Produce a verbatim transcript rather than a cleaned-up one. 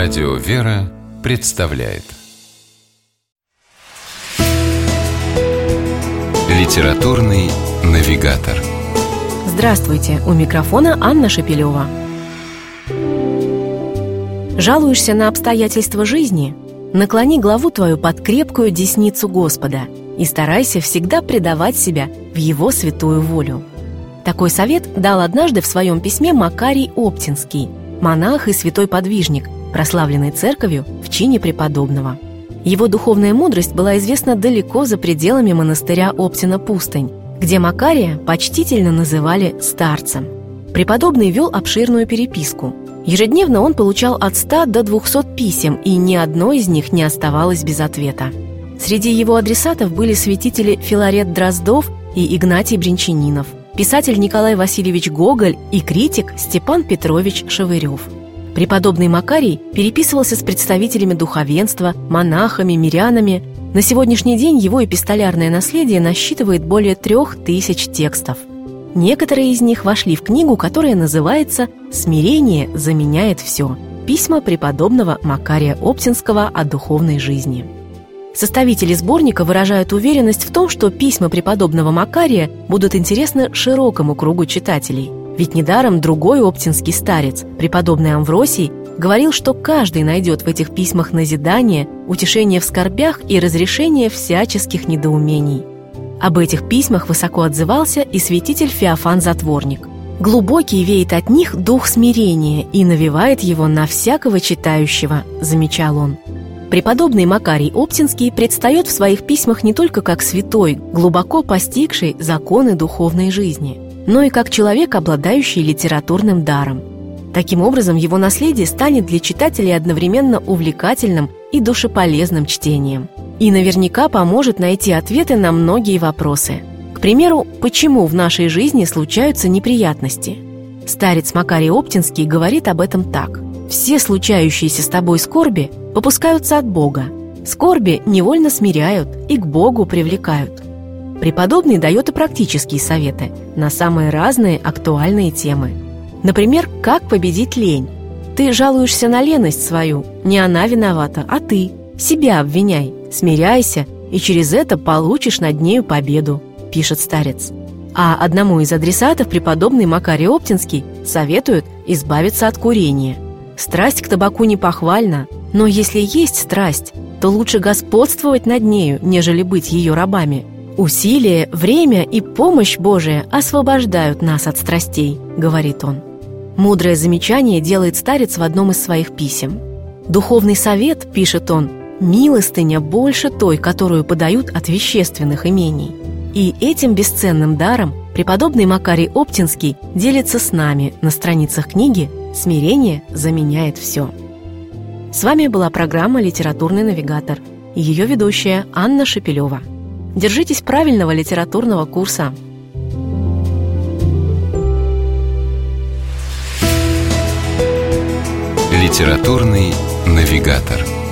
Радио «Вера» представляет Литературный навигатор. Здравствуйте! У микрофона Анна Шепелева. Жалуешься на обстоятельства жизни? Наклони главу твою под крепкую десницу Господа и старайся всегда предавать себя в Его святую волю. Такой совет дал однажды в своем письме Макарий Оптинский, монах и святой подвижник, прославленный церковью в чине преподобного. Его духовная мудрость была известна далеко за пределами монастыря Оптина-Пустынь, где Макария почтительно называли старцем. Преподобный вел обширную переписку. Ежедневно он получал от ста до двухсот писем, и ни одно из них не оставалось без ответа. Среди его адресатов были святители Филарет Дроздов и Игнатий Брянчанинов, писатель Николай Васильевич Гоголь и критик Степан Петрович Шевырев. Преподобный Макарий переписывался с представителями духовенства, монахами, мирянами. На сегодняшний день его эпистолярное наследие насчитывает более трех тысяч текстов. Некоторые из них вошли в книгу, которая называется «Смирение заменяет все. Письма преподобного Макария Оптинского о духовной жизни». Составители сборника выражают уверенность в том, что письма преподобного Макария будут интересны широкому кругу читателей. Ведь недаром другой оптинский старец, преподобный Амвросий, говорил, что каждый найдет в этих письмах назидание, утешение в скорбях и разрешение всяческих недоумений. Об этих письмах высоко отзывался и святитель Феофан Затворник. «Глубокий веет от них дух смирения и навевает его на всякого читающего», – замечал он. Преподобный Макарий Оптинский предстает в своих письмах не только как святой, глубоко постигший законы духовной жизни, но и как человек, обладающий литературным даром. Таким образом, его наследие станет для читателей одновременно увлекательным и душеполезным чтением. И наверняка поможет найти ответы на многие вопросы. К примеру, почему в нашей жизни случаются неприятности? Старец Макарий Оптинский говорит об этом так: «Все случающиеся с тобой скорби попускаются от Бога. Скорби невольно смиряют и к Богу привлекают». Преподобный дает и практические советы на самые разные актуальные темы. Например, как победить лень. Ты жалуешься на леность свою, не она виновата, а ты. Себя обвиняй, смиряйся, и через это получишь над нею победу, пишет старец. А одному из адресатов преподобный Макарий Оптинский советует избавиться от курения. Страсть к табаку не похвальна, но если есть страсть, то лучше господствовать над нею, нежели быть ее рабами. «Усилие, время и помощь Божия освобождают нас от страстей», — говорит он. Мудрое замечание делает старец в одном из своих писем. «Духовный совет, — пишет он, — милостыня больше той, которую подают от вещественных имений». И этим бесценным даром преподобный Макарий Оптинский делится с нами на страницах книги «Смирение заменяет все». С вами была программа «Литературный навигатор» и ее ведущая Анна Шепелева. Держитесь правильного литературного курса. Литературный навигатор.